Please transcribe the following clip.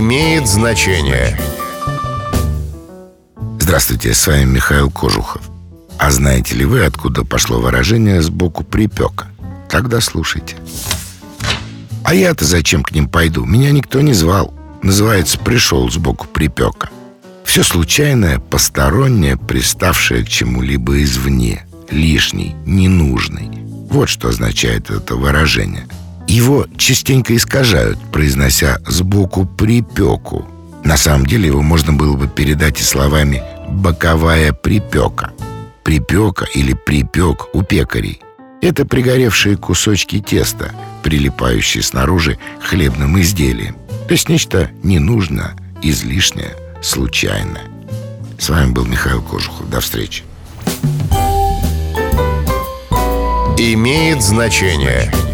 Имеет значение. Здравствуйте, с вами Михаил Кожухов. А знаете ли вы, откуда пошло выражение «сбоку припека»? Тогда слушайте. А я-то зачем к ним пойду? Меня никто не звал. Называется «пришел сбоку припека». Все случайное, постороннее, приставшее к чему-либо извне, лишний, ненужный. Вот что означает это выражение. Его частенько искажают, произнося «сбоку припеку». На самом деле его можно было бы передать и словами «боковая припека». Припека или припек у пекарей — это пригоревшие кусочки теста, прилипающие снаружи к хлебным изделиям. То есть нечто ненужное, излишнее, случайное. С вами был Михаил Кожухов. До встречи. Имеет значение.